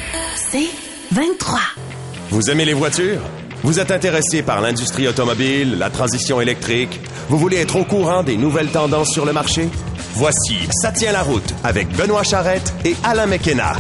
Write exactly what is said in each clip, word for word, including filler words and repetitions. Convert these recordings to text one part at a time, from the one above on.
C'est vingt-trois. Vous aimez les voitures? Vous êtes intéressé par l'industrie automobile, la transition électrique? Vous voulez être au courant des nouvelles tendances sur le marché? Voici Ça tient la route avec Benoît Charette et Alain McKenna.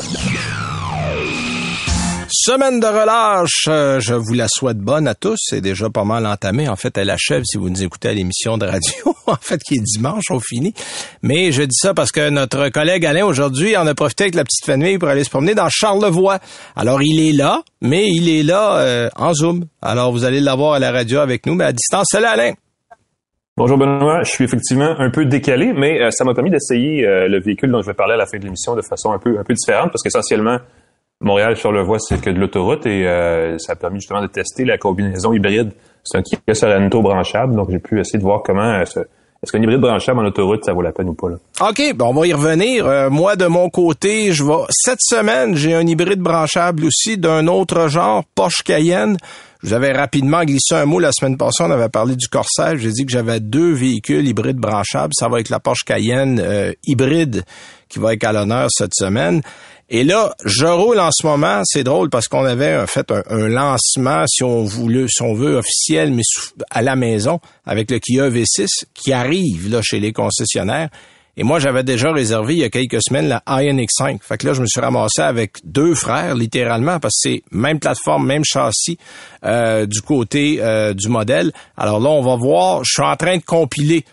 Semaine de relâche, euh, je vous la souhaite bonne à tous. C'est déjà pas mal entamé. En fait, elle achève si vous nous écoutez à l'émission de radio, en fait, qui est dimanche, on finit. Mais je dis ça parce que notre collègue Alain, aujourd'hui, en a profité avec la petite famille pour aller se promener dans Charlevoix. Alors, il est là, mais il est là euh, en Zoom. Alors, vous allez l'avoir à la radio avec nous, mais à distance. Salut Alain! Bonjour Benoît, je suis effectivement un peu décalé, mais euh, ça m'a permis d'essayer euh, le véhicule dont je vais parler à la fin de l'émission de façon un peu un peu différente, parce qu'essentiellement, Montréal-Charlevoix, c'est que de l'autoroute et euh, ça a permis justement de tester la combinaison hybride. C'est un Kia Sorento branchable, donc j'ai pu essayer de voir comment euh, est-ce qu'un hybride branchable en autoroute, ça vaut la peine ou pas, là. OK, bon, on va y revenir. Euh, moi, de mon côté, je vais cette semaine, j'ai un hybride branchable aussi d'un autre genre, Porsche Cayenne. Je vous avais rapidement glissé un mot la semaine passée, on avait parlé du Corsair. J'ai dit que j'avais deux véhicules hybrides branchables. Ça va être la Porsche Cayenne euh, hybride qui va être à l'honneur cette semaine. Et là, je roule en ce moment. C'est drôle parce qu'on avait en fait un, un lancement, si on voulait, si on veut, officiel, mais à la maison, avec le Kia V six qui arrive là chez les concessionnaires. Et moi, j'avais déjà réservé il y a quelques semaines la I N X cinq. Fait que là, je me suis ramassé avec deux frères, littéralement, parce que c'est même plateforme, même châssis euh, du côté euh, du modèle. Alors là, on va voir. Je suis en train de compiler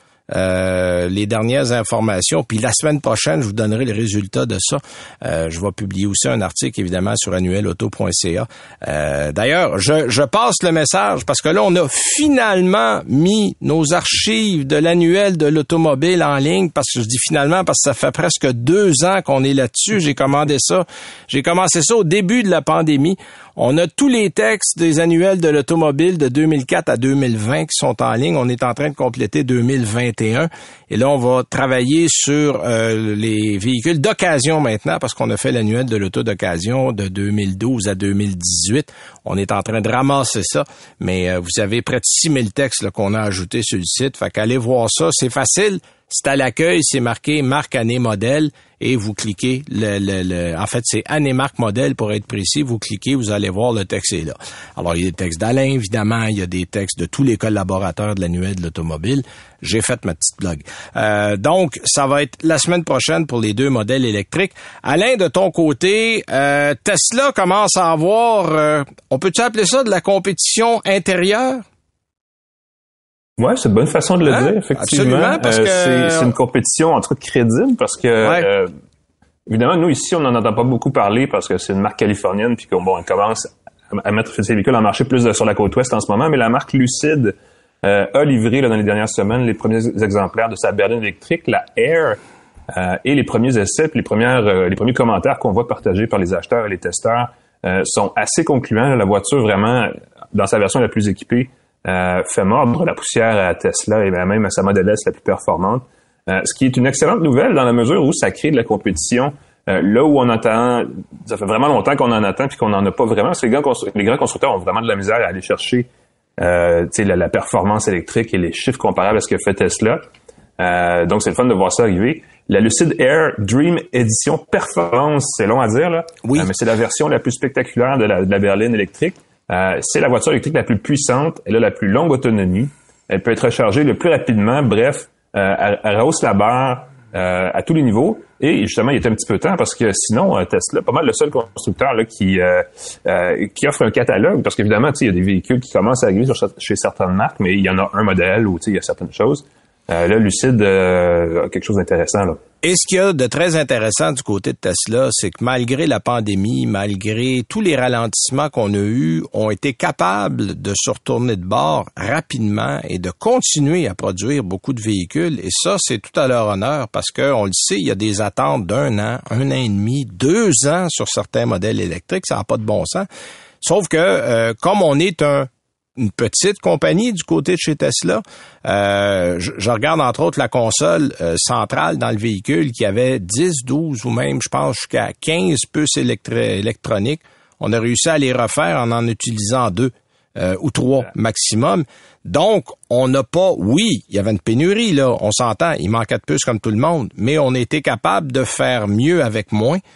Euh, les dernières informations. Puis la semaine prochaine, je vous donnerai les résultats de ça. Euh, je vais publier aussi un article, évidemment, sur annuel auto point c a. Euh, d'ailleurs, je, je passe le message parce que là, on a finalement mis nos archives de l'annuel de l'automobile en ligne. Parce que je dis finalement parce que ça fait presque deux ans qu'on est là-dessus. J'ai commandé ça. J'ai commencé ça au début de la pandémie. On a tous les textes des annuels de l'automobile de deux mille quatre à deux mille vingt qui sont en ligne. On est en train de compléter deux mille vingt et un. Et là, on va travailler sur euh, les véhicules d'occasion maintenant parce qu'on a fait l'annuel de l'auto d'occasion de deux mille douze à deux mille dix-huit. On est en train de ramasser ça. Mais euh, vous avez près de six mille textes là, qu'on a ajoutés sur le site. Fait qu'allez voir ça. C'est facile. C'est à l'accueil, c'est marqué marque, année, modèle et vous cliquez le, le, le en fait, c'est année, marque, modèle pour être précis. Vous cliquez, vous allez voir le texte est là. Alors, il y a des textes d'Alain, évidemment. Il y a des textes de tous les collaborateurs de l'annuel de l'automobile. J'ai fait ma petite blog. Euh, donc, ça va être la semaine prochaine pour les deux modèles électriques. Alain, de ton côté, euh, Tesla commence à avoir, euh, on peut-tu appeler ça de la compétition intérieure? Ouais, c'est une bonne façon de le hein? dire, effectivement. Absolument, parce euh, que c'est, c'est une compétition, en tout cas, crédible, parce que, ouais. euh, évidemment, nous, ici, on n'en entend pas beaucoup parler parce que c'est une marque californienne, puis qu'on bon, on commence à mettre ses véhicules en marché plus sur la côte ouest en ce moment, mais la marque Lucid euh, a livré, là, dans les dernières semaines, les premiers exemplaires de sa berline électrique, la Air, euh, et les premiers essais, puis les premières, euh, les premiers commentaires qu'on voit partagés par les acheteurs et les testeurs euh, sont assez concluants. Là, la voiture, vraiment, dans sa version la plus équipée, Euh, fait mordre la poussière à Tesla et même à sa Model S la plus performante. Euh, ce qui est une excellente nouvelle dans la mesure où ça crée de la compétition euh, là où on entend, ça fait vraiment longtemps qu'on en attend puis qu'on n'en a pas vraiment, parce que les grands, constru- les grands constructeurs ont vraiment de la misère à aller chercher euh, la, la performance électrique et les chiffres comparables à ce que fait Tesla. Euh, donc c'est le fun de voir ça arriver. La Lucid Air Dream Edition Performance, c'est long à dire là, oui. euh, mais c'est la version la plus spectaculaire de la, de la berline électrique. Euh, c'est la voiture électrique la plus puissante, elle a la plus longue autonomie, elle peut être rechargée le plus rapidement, bref, euh, elle, elle rehausse la barre euh, à tous les niveaux. Et justement, il y a un petit peu de temps parce que sinon, euh, Tesla, pas mal le seul constructeur là, qui euh, euh, qui offre un catalogue, parce qu'évidemment, tu sais, il y a des véhicules qui commencent à arriver sur, chez certaines marques, mais il y en a un modèle où tu sais, il y a certaines choses. Euh, là, Lucid euh, a quelque chose d'intéressant là. Et ce qu'il y a de très intéressant du côté de Tesla, c'est que malgré la pandémie, malgré tous les ralentissements qu'on a eus, ont été capables de se retourner de bord rapidement et de continuer à produire beaucoup de véhicules. Et ça, c'est tout à leur honneur parce que on le sait, il y a des attentes d'un an, un an et demi, deux ans sur certains modèles électriques. Ça n'a pas de bon sens. Sauf que, euh, comme on est un une petite compagnie du côté de chez Tesla. Euh, je, je regarde entre autres la console euh, centrale dans le véhicule qui avait dix, douze ou même, je pense, jusqu'à quinze puces électri- électroniques. On a réussi à les refaire en en utilisant deux euh, ou trois maximum. Donc, on n'a pas... Oui, il y avait une pénurie, là, on s'entend. Il manquait de puces comme tout le monde, mais on était capable de faire mieux avec moins.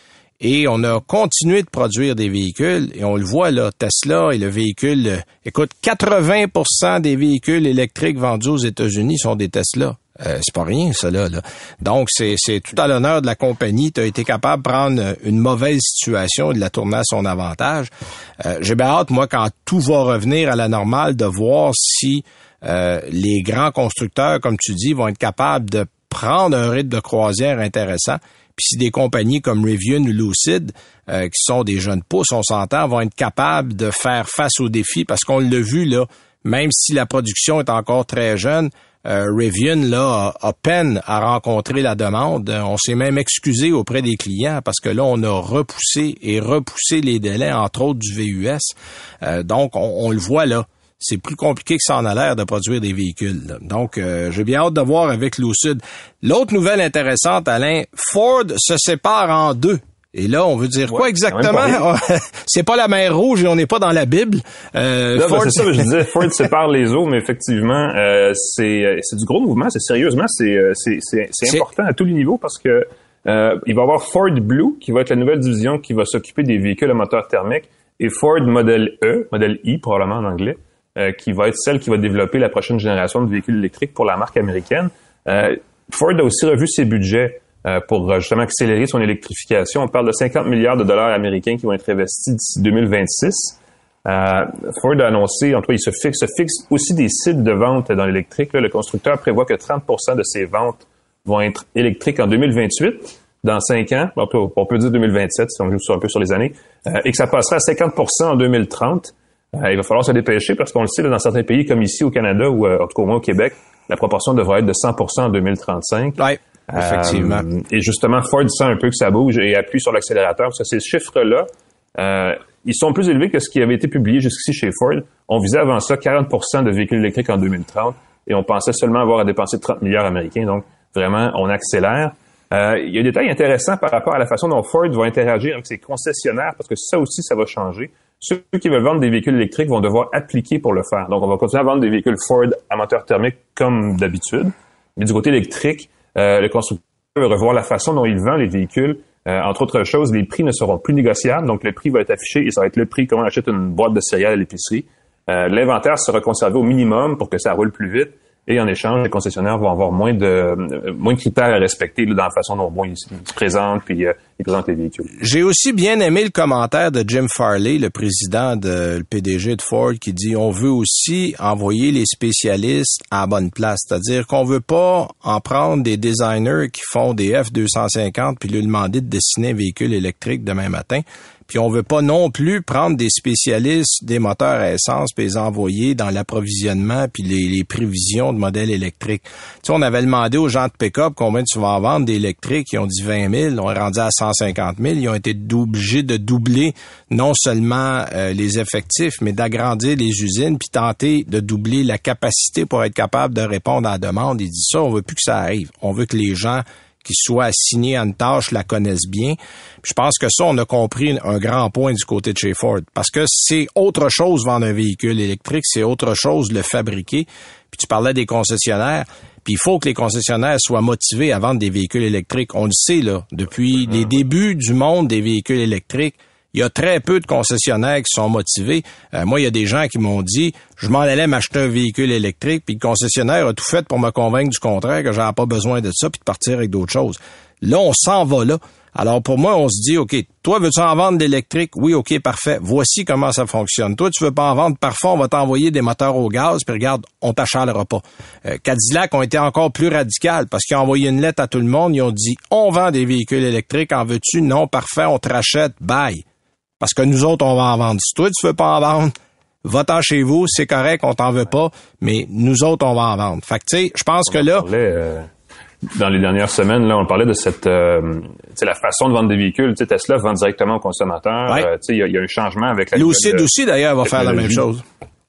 Et on a continué de produire des véhicules et on le voit là, Tesla et le véhicule, euh, écoute, quatre-vingts pour cent des véhicules électriques vendus aux États-Unis sont des Tesla. Euh, c'est pas rien, ça là. là. Donc, c'est, c'est tout à l'honneur de la compagnie. Tu as été capable de prendre une mauvaise situation et de la tourner à son avantage. Euh, j'ai bien hâte, moi, quand tout va revenir à la normale, de voir si euh, les grands constructeurs, comme tu dis, vont être capables de prendre un rythme de croisière intéressant. Puis si des compagnies comme Rivian ou Lucid, euh, qui sont des jeunes pousses, on s'entend, vont être capables de faire face aux défis, parce qu'on l'a vu, là, même si la production est encore très jeune, Euh, Rivian, là, a, a peine à rencontrer la demande. On s'est même excusé auprès des clients parce que là, on a repoussé et repoussé les délais, entre autres du V U S. Euh, donc, on, on le voit là. C'est plus compliqué que ça en a l'air de produire des véhicules. Là. Donc, euh, j'ai bien hâte de voir avec Lucid. L'autre nouvelle intéressante, Alain, Ford se sépare en deux. Et là, on veut dire ouais, quoi exactement? C'est pas la mer Rouge et on n'est pas dans la Bible. Euh, là, Ford... ben, c'est ça que je disais. Ford sépare les eaux, mais effectivement, euh, c'est, c'est du gros mouvement. C'est sérieusement, c'est, c'est, c'est, c'est, c'est important à tous les niveaux parce que euh, il va y avoir Ford Blue qui va être la nouvelle division qui va s'occuper des véhicules à moteur thermique et Ford Model E, Model I probablement en anglais, euh, qui va être celle qui va développer la prochaine génération de véhicules électriques pour la marque américaine. Euh, Ford a aussi revu ses budgets. Euh, pour justement accélérer son électrification. On parle de cinquante milliards de dollars américains qui vont être investis d'ici deux mille vingt-six. Euh, Ford a annoncé, en tout cas, il se fixe, se fixe aussi des cibles de vente dans l'électrique. Là, le constructeur prévoit que trente pour cent de ses ventes vont être électriques en deux mille vingt-huit, dans cinq ans. On peut, on peut dire deux mille vingt-sept, si on joue un peu sur les années, euh, et que ça passera à cinquante pour cent en deux mille trente. Euh, il va falloir se dépêcher parce qu'on le sait, là, dans certains pays comme ici au Canada ou euh, en tout cas au moins au Québec, la proportion devrait être de cent pour cent en deux mille trente-cinq. Ouais. Effectivement. Euh, et justement, Ford sent un peu que ça bouge et appuie sur l'accélérateur parce que ces chiffres-là, euh, ils sont plus élevés que ce qui avait été publié jusqu'ici chez Ford. On visait avant ça quarante pour cent de véhicules électriques en deux mille trente et on pensait seulement avoir à dépenser trente milliards américains. Donc, vraiment, on accélère. Euh, il y a des détails intéressants par rapport à la façon dont Ford va interagir avec ses concessionnaires parce que ça aussi, ça va changer. Ceux qui veulent vendre des véhicules électriques vont devoir appliquer pour le faire. Donc, on va continuer à vendre des véhicules Ford à moteur thermique comme d'habitude. Mais du côté électrique, Euh, le constructeur veut revoir la façon dont il vend les véhicules. Euh, entre autres choses, les prix ne seront plus négociables, donc le prix va être affiché et ça va être le prix comme on achète une boîte de céréales à l'épicerie. Euh, l'inventaire sera conservé au minimum pour que ça roule plus vite et en échange, les concessionnaires vont avoir moins de euh, moins de critères à respecter là, dans la façon dont bon, ils se présentent puis euh, ils présentent les véhicules. J'ai aussi bien aimé le commentaire de Jim Farley, le président de le P D G de Ford, qui dit on veut aussi envoyer les spécialistes à la bonne place, c'est-à-dire qu'on veut pas en prendre des designers qui font des F deux cent cinquante puis lui demander de dessiner un véhicule électrique demain matin. Puis on veut pas non plus prendre des spécialistes des moteurs à essence puis les envoyer dans l'approvisionnement puis les, les prévisions de modèles électriques. Tu sais, on avait demandé aux gens de pick-up combien tu vas en vendre d'électriques. Ils ont dit vingt mille. On est rendu à cent cinquante mille. Ils ont été obligés de doubler non seulement euh, les effectifs, mais d'agrandir les usines puis tenter de doubler la capacité pour être capable de répondre à la demande. Ils disent ça, on veut plus que ça arrive. On veut que les gens qui soient assignés à une tâche la connaissent bien. Puis je pense que ça, on a compris un grand point du côté de chez Ford. Parce que c'est autre chose vendre un véhicule électrique, c'est autre chose le fabriquer. Puis tu parlais des concessionnaires. Puis il faut que les concessionnaires soient motivés à vendre des véhicules électriques. On le sait, là, depuis les débuts du monde des véhicules électriques, il y a très peu de concessionnaires qui sont motivés. Euh, moi, il y a des gens qui m'ont dit, je m'en allais m'acheter un véhicule électrique, puis le concessionnaire a tout fait pour me convaincre du contraire, que j'avais pas besoin de ça, puis de partir avec d'autres choses. Là, on s'en va là. Alors, pour moi, on se dit, OK, toi, veux-tu en vendre d'électrique? Oui, OK, parfait. Voici comment ça fonctionne. Toi, tu veux pas en vendre? Parfait, on va t'envoyer des moteurs au gaz, puis regarde, on t'achalera pas. Euh, Cadillac ont été encore plus radicales parce qu'ils ont envoyé une lettre à tout le monde. Ils ont dit, on vend des véhicules électriques. En veux-tu? Non, parfait, on te rachète. Bye. Parce que nous autres, on va en vendre. Si toi, tu veux pas en vendre, va-t'en chez vous, c'est correct, on t'en veut pas, mais nous autres, on va en vendre. Fait que, tu sais, je pense on que là... Parlait, euh, dans les dernières semaines, là, on parlait de cette... Euh, tu sais, la façon de vendre des véhicules. Tu sais, Tesla vend directement aux consommateurs. Ouais. Euh, tu sais, il y, y a un changement avec la... Lucid aussi, d'ailleurs, va faire la même chose.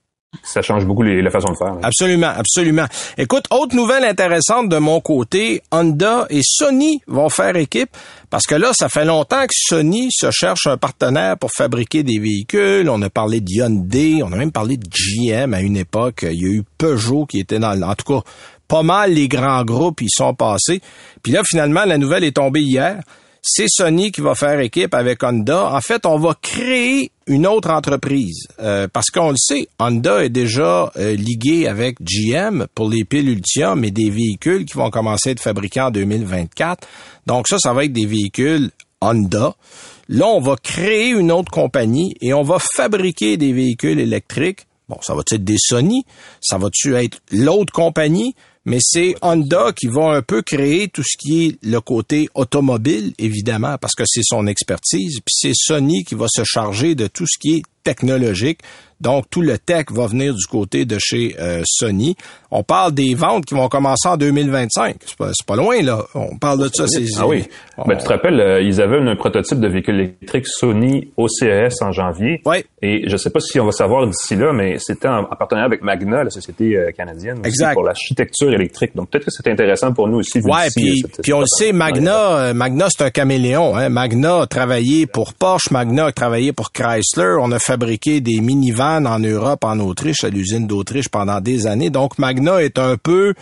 Ça change beaucoup les, la façon de faire. Là. Absolument, absolument. Écoute, autre nouvelle intéressante de mon côté, Honda et Sony vont faire équipe parce que là, ça fait longtemps que Sony se cherche un partenaire pour fabriquer des véhicules. On a parlé de Hyundai, on a même parlé de G M à une époque. Il y a eu Peugeot qui était dans... En tout cas, pas mal les grands groupes, ils sont passés. Puis là, finalement, la nouvelle est tombée hier. c'est Sony qui va faire équipe avec Honda. En fait, on va créer une autre entreprise euh, parce qu'on le sait, Honda est déjà euh, ligué avec G M pour les piles Ultium et des véhicules qui vont commencer à être fabriqués en deux mille vingt-quatre. Donc ça, ça va être des véhicules Honda. Là, on va créer une autre compagnie et on va fabriquer des véhicules électriques. Bon, ça va-tu être des Sony? Ça va-tu être l'autre compagnie? Mais c'est Honda qui va un peu créer tout ce qui est le côté automobile, évidemment, parce que c'est son expertise. Puis c'est Sony qui va se charger de tout ce qui est technologique. Donc, tout le tech va venir du côté de chez euh, Sony. On parle des ventes qui vont commencer en deux mille vingt-cinq. C'est pas, c'est pas loin, là. On parle de ça. C'est, ah oui. On... Ben, tu te rappelles, euh, ils avaient un prototype de véhicule électrique Sony au C E S en janvier. Oui. Et je sais pas si on va savoir d'ici là, mais c'était en, en partenariat avec Magna, la société euh, canadienne, aussi, exact, pour l'architecture électrique. Donc, peut-être que c'est intéressant pour nous aussi. Ouais, puis, puis on le sait, Magna, euh, Magna, c'est un caméléon. Hein. Magna a travaillé pour Porsche, Magna a travaillé pour Chrysler. On a fabriqué des minivans en Europe, en Autriche, à l'usine d'Autriche pendant des années. Donc, Magna est un peu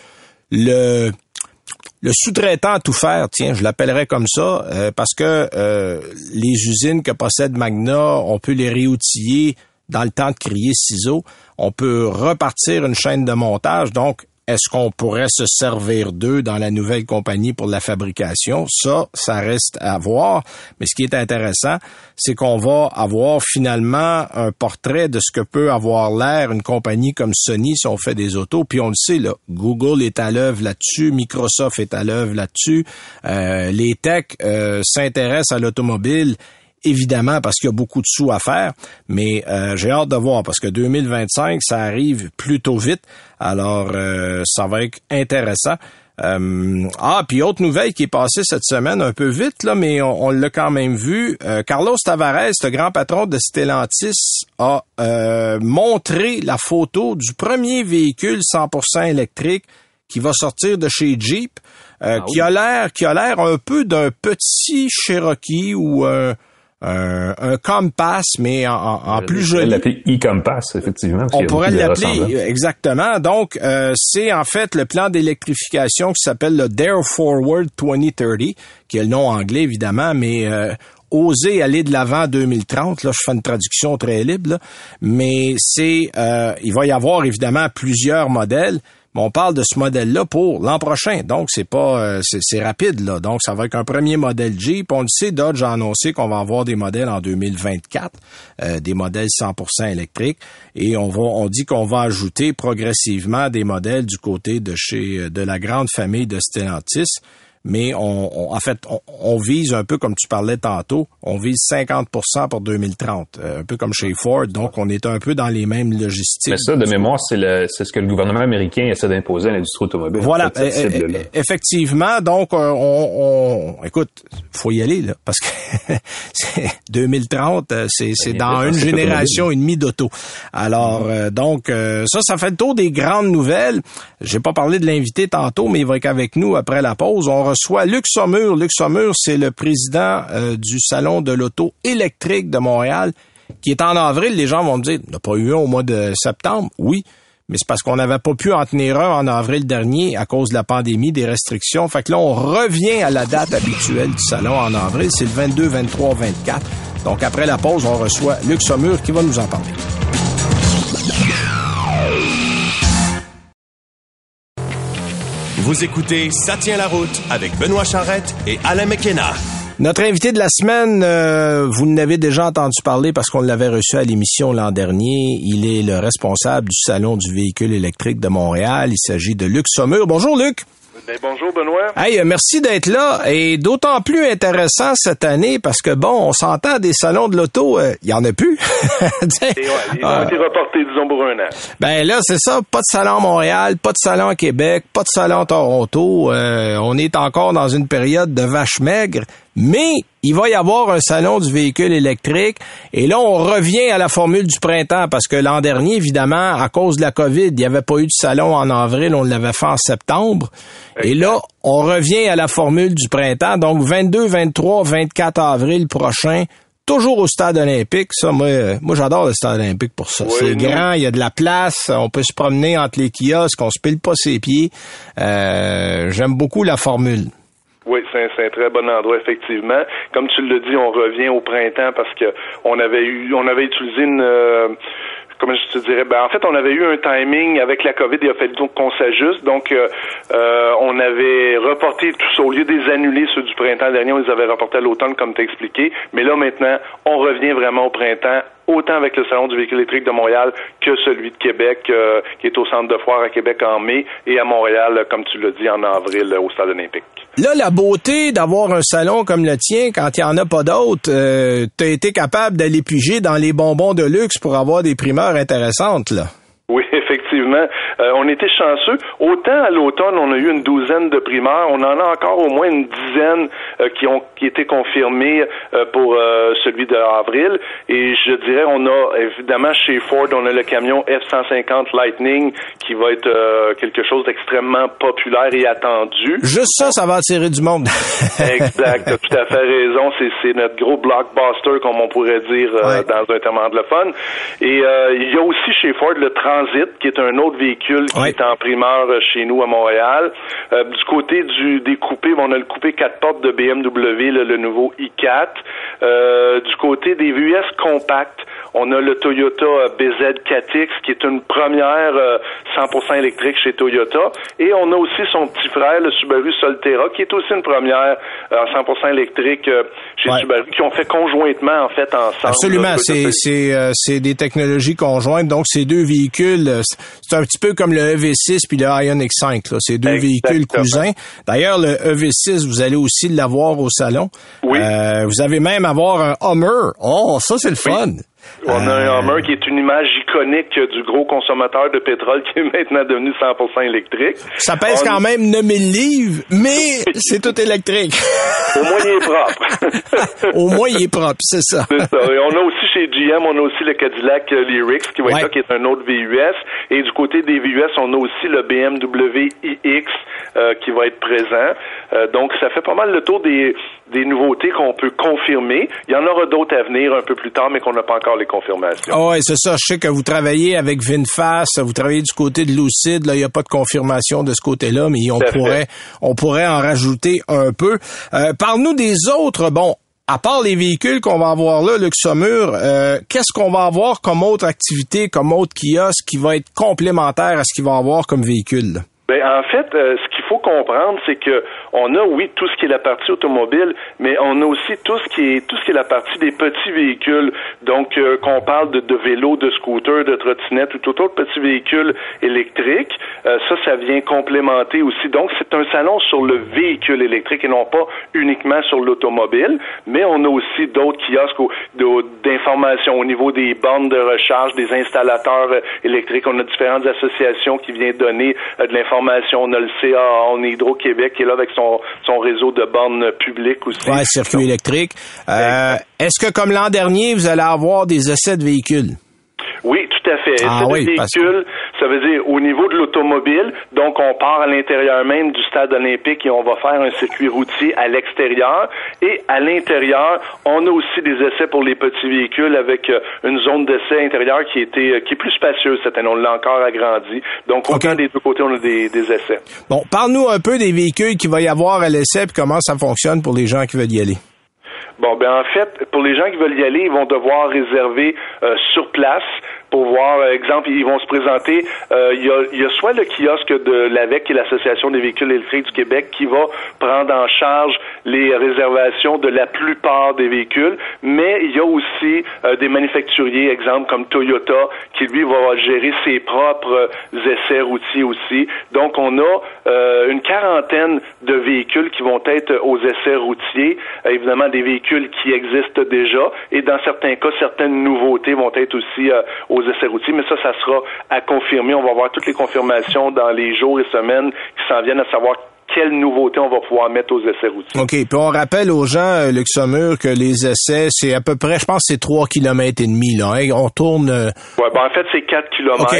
le le sous-traitant à tout faire, tiens, je l'appellerais comme ça, euh, parce que euh, les usines que possède Magna, on peut les réoutiller dans le temps de crier ciseaux. On peut repartir une chaîne de montage. Donc, est-ce qu'on pourrait se servir d'eux dans la nouvelle compagnie pour la fabrication? Ça, ça reste à voir. Mais ce qui est intéressant, c'est qu'on va avoir finalement un portrait de ce que peut avoir l'air une compagnie comme Sony si on fait des autos. Puis on le sait, là, Google est à l'œuvre là-dessus, Microsoft est à l'œuvre là-dessus. Euh, les techs euh, s'intéressent à l'automobile, évidemment, parce qu'il y a beaucoup de sous à faire, mais euh, j'ai hâte de voir, parce que deux mille vingt-cinq, ça arrive plutôt vite, alors euh, ça va être intéressant. Euh, ah, puis autre nouvelle qui est passée cette semaine, un peu vite, là, mais on, on l'a quand même vu, euh, Carlos Tavares, le grand patron de Stellantis, a euh, montré la photo du premier véhicule cent pour cent électrique qui va sortir de chez Jeep, euh, ah, qui oui. a l'air qui a l'air un peu d'un petit Cherokee ou un Un, un Compass, mais en, en plus joli. On pourrait l'appeler e-Compass, effectivement. On pourrait l'appeler, exactement. Donc, euh, c'est en fait le plan d'électrification qui s'appelle le Dare Forward vingt trente, qui est le nom anglais, évidemment, mais euh, oser aller de l'avant deux mille trente. Là, je fais une traduction très libre, là. Mais c'est, euh, il va y avoir évidemment plusieurs modèles. Mais on parle de ce modèle-là pour l'an prochain. Donc, c'est pas, euh, c'est, c'est rapide, là. Donc, ça va être un premier modèle Jeep. On le sait, Dodge a annoncé qu'on va avoir des modèles en deux mille vingt-quatre, euh, des modèles cent pour cent électriques. Et on va, on dit qu'on va ajouter progressivement des modèles du côté de chez, de la grande famille de Stellantis. Mais on, on en fait, on, on vise un peu comme tu parlais tantôt, on vise cinquante pour cent pour deux mille trente, euh, un peu comme chez Ford. Donc, on est un peu dans les mêmes logistiques. Mais ça, de mémoire, c'est, le, c'est ce que le gouvernement américain essaie d'imposer à l'industrie automobile. Voilà, en fait, euh, euh, effectivement. Donc, euh, on, on, écoute, faut y aller là, parce que c'est deux mille trente, c'est, c'est dans une génération et demie d'auto. Alors, euh, donc, euh, ça, ça fait le tour des grandes nouvelles. J'ai pas parlé de l'invité tantôt, mais il va être avec nous après la pause. On reçoit Luc Saumur. Luc Saumur, c'est le président euh, du Salon de l'auto électrique de Montréal, qui est en avril. Les gens vont me dire, il n'y a pas eu un au mois de septembre. Oui, mais c'est parce qu'on n'avait pas pu en tenir un en avril dernier à cause de la pandémie, des restrictions. Fait que là, on revient à la date habituelle du salon en avril. C'est le vingt-deux, vingt-trois, vingt-quatre. Donc, après la pause, on reçoit Luc Saumur qui va nous en parler. Vous écoutez Ça tient la route avec Benoît Charrette et Alain McKenna. Notre invité de la semaine, euh, vous n'avez déjà entendu parler parce qu'on l'avait reçu à l'émission l'an dernier. Il est le responsable du Salon du véhicule électrique de Montréal. Il s'agit de Luc Saumur. Bonjour Luc. Ben, bonjour Benoît. Hey, merci d'être là et d'autant plus intéressant cette année parce que bon, on s'entend des salons de l'auto, il euh, y en a plus. et ouais, ils ont euh, été reportés disons pour un an. Ben là, c'est ça, pas de salon à Montréal, pas de salon à Québec, pas de salon à Toronto. Euh, on est encore dans une période de vache maigre. Mais il va y avoir un salon du véhicule électrique et là, on revient à la formule du printemps parce que l'an dernier, évidemment, à cause de la COVID, il n'y avait pas eu de salon en avril, on l'avait fait en septembre. Et là, on revient à la formule du printemps. Donc, vingt-deux, vingt-trois, vingt-quatre avril prochain, toujours au stade olympique. Ça, moi, moi j'adore le stade olympique pour ça. Oui, c'est oui. Grand, il y a de la place, on peut se promener entre les kiosques, on se pile pas ses pieds. Euh, j'aime beaucoup la formule. Oui, c'est un, c'est un très bon endroit, effectivement. Comme tu l'as dit, on revient au printemps parce que on avait eu, on avait utilisé une, euh, comment je te dirais, ben en fait, on avait eu un timing avec la COVID, il a fallu donc qu'on s'ajuste. Donc, euh, euh, on avait reporté tout ça. Au lieu de les annuler, ceux du printemps dernier, on les avait reportés à l'automne, comme t'as expliqué. Mais là, maintenant, on revient vraiment au printemps, autant avec le Salon du véhicule électrique de Montréal que celui de Québec, euh, qui est au Centre de foire à Québec en mai, et à Montréal, comme tu l'as dit, en avril, au Stade olympique. Là, la beauté d'avoir un salon comme le tien, quand il n'y en a pas d'autres, euh, tu as été capable d'aller piger dans les bonbons de luxe pour avoir des primeurs intéressantes, là. Oui, effectivement. Euh, on était chanceux. Autant à l'automne, on a eu une douzaine de primeurs. On en a encore au moins une dizaine euh, qui ont qui étaient confirmés euh, pour euh, celui d'avril. Et je dirais, on a évidemment chez Ford, on a le camion F cent cinquante Lightning qui va être euh, quelque chose d'extrêmement populaire et attendu. Juste ça, ça va attirer du monde. Exact, t'as tout à fait raison. C'est, c'est notre gros blockbuster, comme on pourrait dire euh, ouais. dans un terme anglophone. Et euh, il y a aussi chez Ford le Transit, qui est un autre véhicule qui ouais. est en primeur chez nous à Montréal. Euh, du côté du des coupés, on a le coupé quatre portes de B M W, le, le nouveau i quatre. Euh, du côté des V U S compacts, on a le Toyota B Z quatre X, qui est une première euh, cent pour cent électrique chez Toyota. Et on a aussi son petit frère, le Subaru Solterra, qui est aussi une première euh, cent pour cent électrique euh, chez ouais. Subaru, qui ont fait conjointement, en fait, ensemble. Absolument, là, c'est c'est euh, c'est des technologies conjointes. Donc, ces deux véhicules, c'est un petit peu comme le E V six puis le Ioniq cinq, là. Ces deux Exactement. véhicules cousins. D'ailleurs, le E V six, vous allez aussi l'avoir au salon. Oui. Euh, vous avez même avoir un Hummer. Oh, ça, c'est le fun. Oui. On a un Hummer qui est une image iconique du gros consommateur de pétrole qui est maintenant devenu cent pour cent électrique. Ça pèse on... quand même neuf mille livres, mais c'est tout électrique. Au moins, il est propre. Au moins, il est propre, c'est ça. C'est ça. Et on a aussi chez G M, on a aussi le Cadillac Lyrics qui va être ouais. là, qui est un autre V U S. Et du côté des V U S, on a aussi le B M W iX euh, qui va être présent. Euh, donc, ça fait pas mal le tour des, des nouveautés qu'on peut confirmer. Il y en aura d'autres à venir un peu plus tard, mais qu'on n'a pas encore les confirmations. Ah ouais, c'est ça. Je sais que vous travaillez avec VinFast, vous travaillez du côté de Lucid. Là, il n'y a pas de confirmation de ce côté-là, mais on pourrait, on pourrait en rajouter un peu. Euh, parle-nous des autres. Bon, à part les véhicules qu'on va avoir là, Luxemur, euh, qu'est-ce qu'on va avoir comme autre activité, comme autre kiosque qui va être complémentaire à ce qu'il va avoir comme véhicule? Ben, en fait, euh, ce qu'il faut comprendre, c'est que on a, oui, tout ce qui est la partie automobile, mais on a aussi tout ce qui est tout ce qui est la partie des petits véhicules. Donc, euh, qu'on parle de, de vélos, de scooters, de trottinettes ou tout autre petit véhicule électrique, euh, ça, ça vient complémenter aussi. Donc, c'est un salon sur le véhicule électrique et non pas uniquement sur l'automobile, mais on a aussi d'autres kiosques au, de, d'informations au niveau des bornes de recharge, des installateurs euh, électriques. On a différentes associations qui viennent donner euh, de l'information. On a le C A A, on a Hydro-Québec qui est là avec son, son réseau de bornes publiques aussi. Ouais, circuit électrique. Euh, est-ce que, comme l'an dernier, vous allez avoir des essais de véhicules? Oui, tout à fait. Ah, essais oui, de véhicules, que... ça veut dire au niveau de l'automobile, donc on part à l'intérieur même du stade olympique et on va faire un circuit routier à l'extérieur. Et à l'intérieur, on a aussi des essais pour les petits véhicules avec euh, une zone d'essai intérieure qui était euh, qui est plus spacieuse cette année. On l'a encore agrandi. Donc autant okay. des deux côtés, on a des, des essais. Bon, parle-nous un peu des véhicules qu'il va y avoir à l'essai et comment ça fonctionne pour les gens qui veulent y aller. Bon, ben en fait, pour les gens qui veulent y aller, ils vont devoir réserver euh, sur place pour voir, euh, exemple, ils vont se présenter. Euh, il y a, il y a soit le kiosque de l'A V E C, qui est l'Association des véhicules électriques du Québec, qui va prendre en charge les réservations de la plupart des véhicules, mais il y a aussi euh, des manufacturiers, exemple comme Toyota, qui lui va gérer ses propres essais routiers aussi. Donc, on a euh, une quarantaine de véhicules qui vont être aux essais routiers, euh, évidemment des véhicules qui existent déjà, et dans certains cas, certaines nouveautés vont être aussi euh, aux essais routiers, mais ça, ça sera à confirmer. On va avoir toutes les confirmations dans les jours et semaines qui s'en viennent, à savoir quelles nouveautés on va pouvoir mettre aux essais routiers. OK. Puis on rappelle aux gens, Luxemur, que les essais, c'est à peu près, je pense, c'est trois kilomètres et demi, là. Hein? On tourne... Ouais, ben en fait, c'est quatre kilomètres. Okay.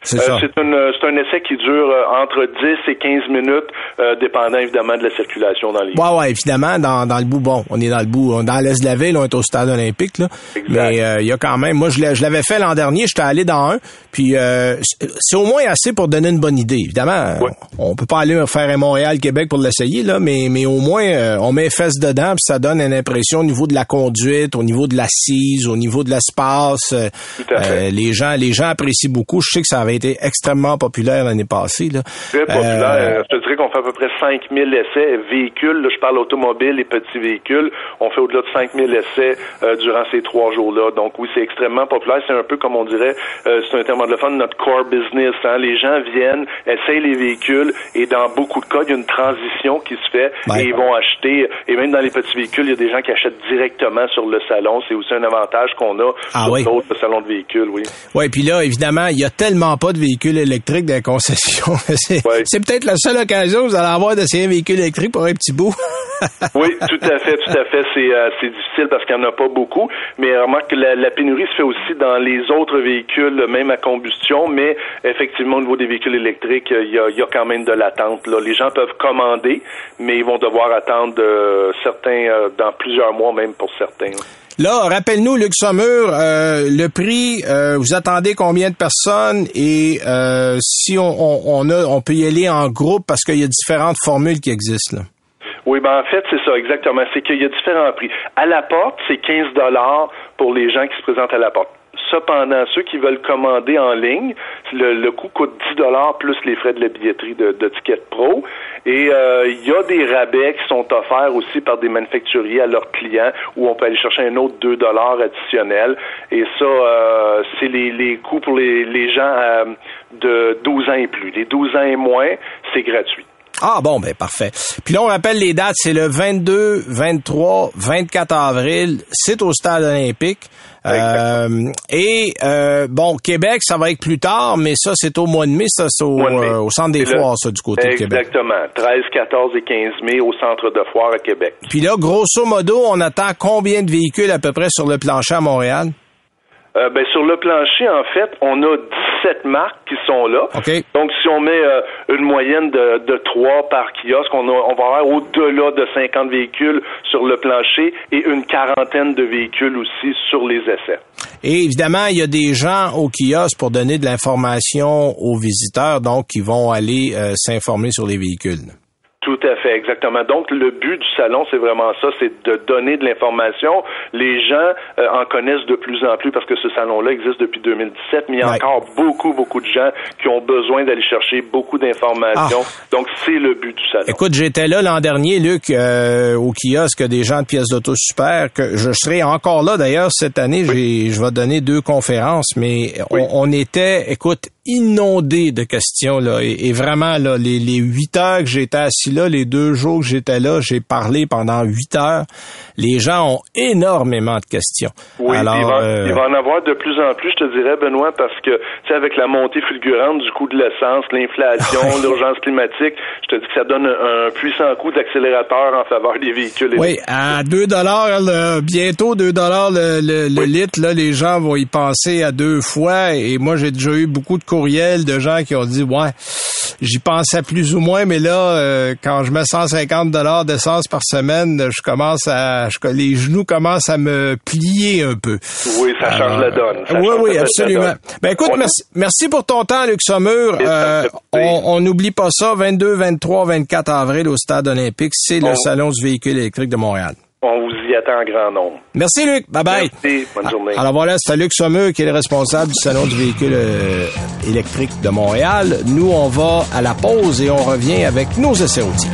C'est, euh, c'est, une, c'est un essai qui dure euh, entre dix et quinze minutes, euh, dépendant évidemment de la circulation dans les... Ouais, ouais, évidemment, dans, dans le bout, bon, on est dans le bout, on est dans l'est de la ville, on est au stade olympique, là. Exact. Mais il euh, y a quand même, moi je, l'ai, je l'avais fait l'an dernier, j'étais allé dans un, puis euh, c'est au moins assez pour donner une bonne idée. Évidemment, ouais. on, on peut pas aller faire un Montréal-Québec pour l'essayer, là, mais, mais au moins, euh, on met les fesses dedans, puis ça donne une impression au niveau de la conduite, au niveau de l'assise, au niveau de l'espace. Euh, euh, les gens, les gens apprécient beaucoup. Je sais que ça avait été extrêmement populaire l'année passée, là. Très populaire. Euh, je te dirais qu'on fait à peu près cinq mille essais véhicules. Là, je parle automobile et petits véhicules. On fait au-delà de cinq mille essais euh, durant ces trois jours-là. Donc oui, c'est extrêmement populaire. C'est un peu comme on dirait, euh, c'est un terme anglophone, notre core business. Hein. Les gens viennent, essayent les véhicules et dans beaucoup de cas, il y a une transition qui se fait ouais. et ils vont acheter. Et même dans les petits véhicules, il y a des gens qui achètent directement sur le salon. C'est aussi un avantage qu'on a ah, sur oui. d'autres salons de véhicules, oui. Oui, puis là, évidemment, il y a tellement pas de véhicules électriques dans les concessions. c'est, ouais. c'est peut-être la seule occasion que vous allez avoir d'essayer un véhicule électrique pour un petit bout. Oui, tout à fait, tout à fait. C'est, euh, c'est difficile parce qu'il n'y en a pas beaucoup. Mais remarque que la, la pénurie se fait aussi dans les autres véhicules, même à combustion. Mais effectivement, au niveau des véhicules électriques, il y a, il y a quand même de l'attente. Là. Les gens peuvent commander, mais ils vont devoir attendre euh, certains euh, dans plusieurs mois, même pour certains. Là, rappelle-nous, Luc Saumur, euh, le prix, euh, vous attendez combien de personnes et euh, si on, on, on, a, on peut y aller en groupe parce qu'il y a différentes formules qui existent, là. Oui, ben en fait, c'est ça, exactement. C'est qu'il y a différents prix. À la porte, c'est quinze dollars pour les gens qui se présentent à la porte. Cependant, ceux qui veulent commander en ligne, le, le coût coûte dix dollars plus les frais de la billetterie de, de Ticket Pro. Et euh, il y a des rabais qui sont offerts aussi par des manufacturiers à leurs clients où on peut aller chercher un autre deux dollars additionnel. Et ça, euh, c'est les, les coûts pour les, les gens euh, de douze ans et plus. Les douze ans et moins, c'est gratuit. Ah bon, ben parfait. Puis là, on rappelle les dates, c'est le vingt-deux, vingt-trois, vingt-quatre avril, c'est au stade olympique. Euh, et euh, bon, Québec, ça va être plus tard, mais ça, c'est au mois de mai, ça, c'est au, euh, au centre des c'est foires, le... ça, du côté Exactement. de Québec. Exactement. treize, quatorze et quinze mai au centre de foire à Québec. Puis là, grosso modo, on attend combien de véhicules à peu près sur le plancher à Montréal? Euh, ben sur le plancher, en fait, on a dix-sept marques qui sont là. Okay. Donc, si on met euh, une moyenne de, de trois par kiosque, on, a, on va avoir au-delà de cinquante véhicules sur le plancher et une quarantaine de véhicules aussi sur les essais. Et évidemment, il y a des gens au kiosque pour donner de l'information aux visiteurs, donc qui vont aller euh, s'informer sur les véhicules. Tout à fait, exactement. Donc, le but du salon, c'est vraiment ça, c'est de donner de l'information. Les gens euh, en connaissent de plus en plus parce que ce salon-là existe depuis deux mille dix-sept, mais il y a ouais. encore beaucoup, beaucoup de gens qui ont besoin d'aller chercher beaucoup d'informations. Ah. Donc, c'est le but du salon. Écoute, j'étais là l'an dernier, Luc, euh, au kiosque des gens de pièces d'auto super, que je serai encore là d'ailleurs cette année. Oui. J'ai, je vais donner deux conférences, mais oui. on, on était, écoute, inondé de questions là et, et vraiment là les les huit heures que j'étais assis là, les deux jours que j'étais là, j'ai parlé pendant huit heures. Les gens ont énormément de questions. Oui, alors il va, euh... il va en avoir de plus en plus, je te dirais, Benoît, parce que tu sais avec la montée fulgurante du coût de l'essence, l'inflation, l'urgence climatique, je te dis que ça donne un, un puissant coup d'accélérateur en faveur des véhicules. Oui, à deux dollars le, bientôt deux dollars le, le, le oui. litre là, les gens vont y penser à deux fois et moi j'ai déjà eu beaucoup de courriels de gens qui ont dit ouais, j'y pensais plus ou moins, mais là euh, quand je mets cent cinquante dollars d'essence par semaine, je commence à je, les genoux commencent à me plier un peu. Oui, ça change Alors, la donne. Ça oui, oui, absolument. Donne. Ben écoute, on... merci, merci pour ton temps, Luc Saumur. Euh, on n'oublie pas ça, vingt-deux, vingt-trois, vingt-quatre avril au stade olympique, c'est on... le salon du véhicule électrique de Montréal. On vous y attend en grand nombre. Merci, Luc. Bye-bye. Merci. Bonne journée. Alors voilà, c'est Luc Saumur qui est le responsable du Salon du véhicule euh, électrique de Montréal. Nous, on va à la pause et on revient avec nos essais routiers.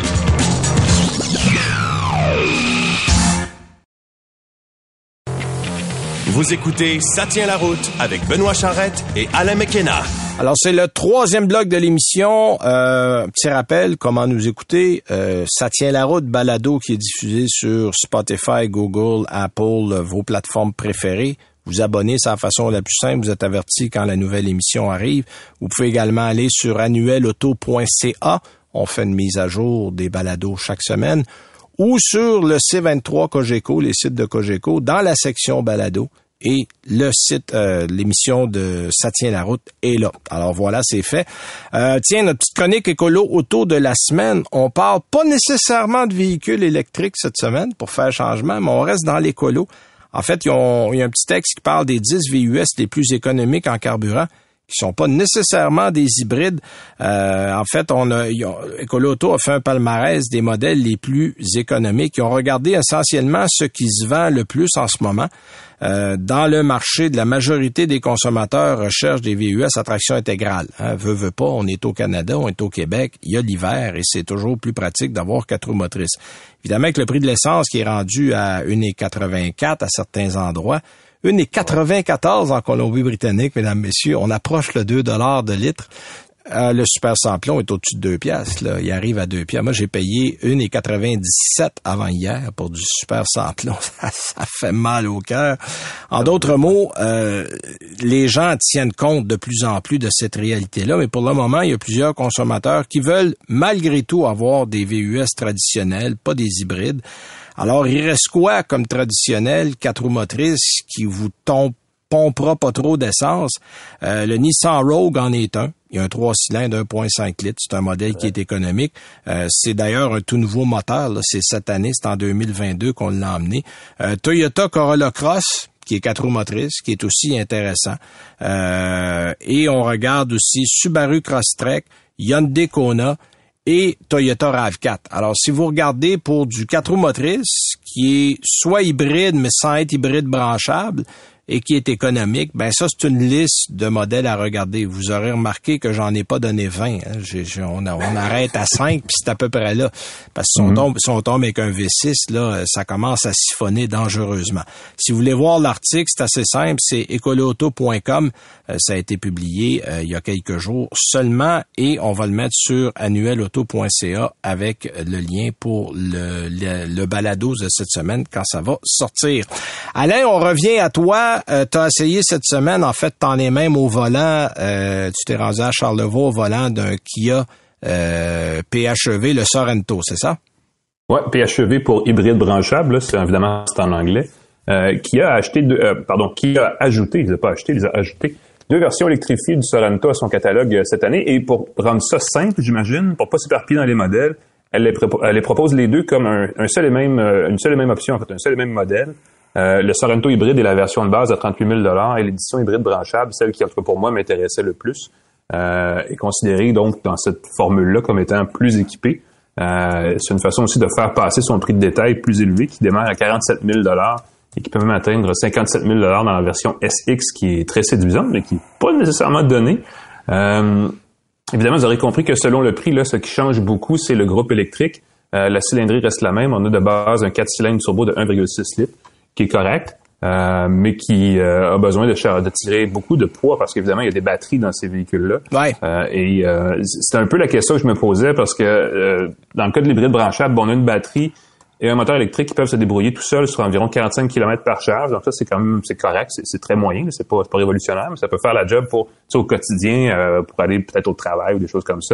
Vous écoutez Ça tient la route avec Benoît Charrette et Alain McKenna. Alors, c'est le troisième bloc de l'émission. Euh, petit rappel, comment nous écouter. Euh, Ça tient la route, balado qui est diffusé sur Spotify, Google, Apple, vos plateformes préférées. Vous abonnez, c'est la façon la plus simple. Vous êtes averti quand la nouvelle émission arrive. Vous pouvez également aller sur annuel auto point c a. On fait une mise à jour des balados chaque semaine. Ou sur le C vingt-trois Cogeco, les sites de Cogeco, dans la section balado. et le site, euh, l'émission de Ça tient la route est là. Alors voilà, c'est fait. Euh, tiens, notre petite chronique écolo auto de la semaine. On parle pas nécessairement de véhicules électriques cette semaine pour faire changement, mais on reste dans l'écolo. En fait, ils ont, il y a un petit texte qui parle des dix V U S les plus économiques en carburant, qui sont pas nécessairement des hybrides. Euh, en fait, on a, Écolo Auto a fait un palmarès des modèles les plus économiques. Ils ont regardé essentiellement ce qui se vend le plus en ce moment. Euh, dans le marché de la majorité des consommateurs recherchent des V U S à traction intégrale. Hein, veut, veut pas, on est au Canada, on est au Québec, il y a l'hiver et c'est toujours plus pratique d'avoir quatre roues motrices. Évidemment, avec le prix de l'essence qui est rendu à un virgule quatre-vingt-quatre à certains endroits, un virgule quatre-vingt-quatorze en Colombie-Britannique, mesdames, messieurs. On approche le deux dollars de litre. Euh, le super samplon est au-dessus de deux piastres. Là. Il arrive à deux piastres. Moi, j'ai payé un virgule quatre-vingt-dix-sept avant hier pour du super samplon. Ça, ça fait mal au cœur. En d'autres mots, euh, les gens tiennent compte de plus en plus de cette réalité-là, mais pour le moment, il y a plusieurs consommateurs qui veulent malgré tout avoir des V U S traditionnels, pas des hybrides. Alors, il reste quoi comme traditionnel, quatre roues motrices qui vous tombe, pompera pas trop d'essence? Euh, le Nissan Rogue en est un. Il y a un trois cylindres, un virgule cinq litres. C'est un modèle qui est économique. Euh, c'est d'ailleurs un tout nouveau moteur. Là. C'est cette année, c'est en deux mille vingt-deux qu'on l'a emmené. Euh, Toyota Corolla Cross, qui est quatre roues motrices, qui est aussi intéressant. Euh, et on regarde aussi Subaru Crosstrek, Hyundai Kona, et Toyota RAV quatre. Alors, si vous regardez pour du quatre roues motrices, qui est soit hybride, mais sans être hybride branchable, et qui est économique, ben ça, c'est une liste de modèles à regarder. Vous aurez remarqué que j'en ai pas donné vingt. Hein. J'ai, j'ai, on, a, on arrête à cinq, puis c'est à peu près là. Parce que si on, tombe, si on tombe avec un V six, là, ça commence à siphonner dangereusement. Si vous voulez voir l'article, c'est assez simple, c'est écoloauto point com. Euh, ça a été publié euh, il y a quelques jours seulement, et on va le mettre sur annuelauto point c a avec le lien pour le, le, le balado de cette semaine quand ça va sortir. Alain, on revient à toi. Euh, tu as essayé cette semaine, en fait, t'en es même au volant, euh, tu t'es rendu à Charlevoix au volant d'un Kia euh, P H E V, le Sorento, c'est ça? Ouais, P H E V pour hybride branchable, là, c'est évidemment c'est en anglais. Euh, Kia a acheté, deux, euh, pardon, Kia a ajouté, il n'a pas acheté, il a ajouté deux versions électrifiées du Sorento à son catalogue euh, cette année. Et pour rendre ça simple, j'imagine, pour pas s'éparpiller dans les modèles, elle les, propo- elle les propose les deux comme un, un seul et même, euh, une seule et même option, en fait, un seul et même modèle. Euh, le Sorento hybride est la version de base à trente-huit mille dollars et l'édition hybride branchable, celle qui, en tout cas pour moi, m'intéressait le plus, euh, est considérée donc dans cette formule-là comme étant plus équipée. Euh, c'est une façon aussi de faire passer son prix de détail plus élevé qui démarre à quarante-sept mille dollars et qui peut même atteindre cinquante-sept mille dollars dans la version S X qui est très séduisante mais qui n'est pas nécessairement donnée. Euh, évidemment, vous aurez compris que selon le prix, là, ce qui change beaucoup, c'est le groupe électrique. Euh, la cylindrée reste la même. On a de base un quatre cylindres turbo de un virgule six litres. Qui est correct, euh, mais qui euh, a besoin de, de tirer beaucoup de poids parce qu'évidemment, il y a des batteries dans ces véhicules-là. Ouais. Euh, et euh, c'est un peu la question que je me posais parce que euh, dans le cas de l'hybride branchable, on a une batterie et un moteur électrique qui peuvent se débrouiller tout seul sur environ quarante-cinq kilomètres par charge. Donc ça, c'est quand même c'est correct, c'est, c'est très moyen, c'est pas, c'est pas révolutionnaire, mais ça peut faire la job pour au quotidien, euh, pour aller peut-être au travail ou des choses comme ça.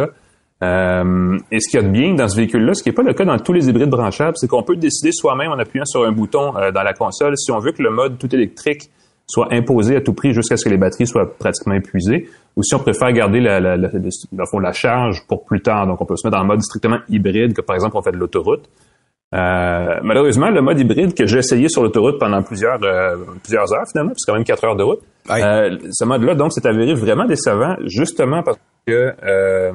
Euh, et ce qu'il y a de bien dans ce véhicule-là, ce qui n'est pas le cas dans tous les hybrides branchables, c'est qu'on peut décider soi-même en appuyant sur un bouton euh, dans la console si on veut que le mode tout électrique soit imposé à tout prix jusqu'à ce que les batteries soient pratiquement épuisées, ou si on préfère garder la, la, la, la, la, la charge pour plus tard. Donc on peut se mettre dans le mode strictement hybride, que par exemple on fait de l'autoroute. Euh, malheureusement, le mode hybride que j'ai essayé sur l'autoroute pendant plusieurs euh, plusieurs heures finalement, c'est quand même quatre heures de route. Ouais. Euh, ce mode-là, donc, s'est avéré vraiment décevant, justement parce que euh,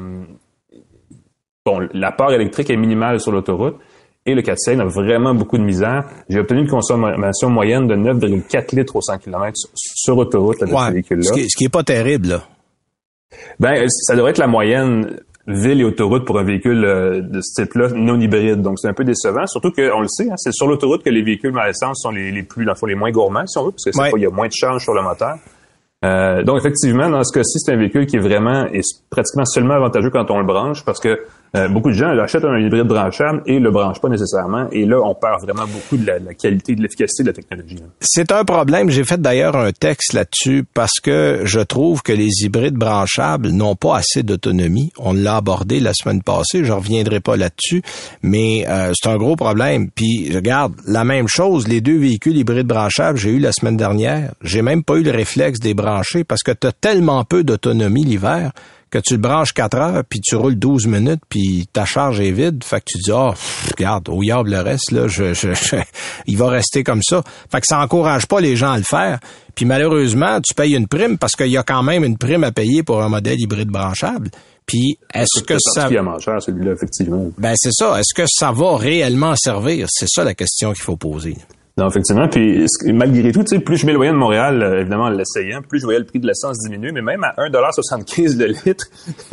bon, l'apport électrique est minimal sur l'autoroute et le quatre cylindres a vraiment beaucoup de misère. J'ai obtenu une consommation moyenne de neuf virgule quatre litres au cent kilomètres sur, sur autoroute là, de ouais, ce véhicule-là. Ce qui, ce qui est pas terrible, là. Ben, ça devrait être la moyenne ville et autoroute pour un véhicule euh, de ce type-là non hybride. Donc, c'est un peu décevant. Surtout qu'on le sait, hein, c'est sur l'autoroute que les véhicules à essence sont les, les plus, dans le fond, les moins gourmands, si on veut, parce que c'est ouais. pas, il y a moins de charge sur le moteur. Euh, donc, effectivement, dans ce cas-ci, c'est un véhicule qui est vraiment, est pratiquement seulement avantageux quand on le branche, parce que euh, beaucoup de gens achètent un hybride branchable et le branchent pas nécessairement. Et là, on perd vraiment beaucoup de la, de la qualité, de l'efficacité de la technologie. Là. C'est un problème. J'ai fait d'ailleurs un texte là-dessus parce que je trouve que les hybrides branchables n'ont pas assez d'autonomie. On l'a abordé la semaine passée. Je reviendrai pas là-dessus, mais euh, c'est un gros problème. Puis, regarde, la même chose, les deux véhicules hybrides branchables, j'ai eu la semaine dernière. J'ai même pas eu le réflexe des brancher parce que tu as tellement peu d'autonomie l'hiver que tu le branches quatre heures, puis tu roules douze minutes, puis ta charge est vide. Fait que tu dis, ah, oh, regarde, au diable le reste, là, je, je, je, il va rester comme ça. Fait que ça encourage pas les gens à le faire. Puis malheureusement, tu payes une prime parce qu'il y a quand même une prime à payer pour un modèle hybride branchable. Puis est-ce c'est que ça... C'est moins cher, celui-là, effectivement. Ben c'est ça. Est-ce que ça va réellement servir? C'est ça la question qu'il faut poser. Non, effectivement. Puis malgré tout, tu sais, plus je m'éloignais de Montréal, euh, évidemment en l'essayant, plus je voyais le prix de l'essence diminuer, mais même à un dollar soixante-quinze le litre,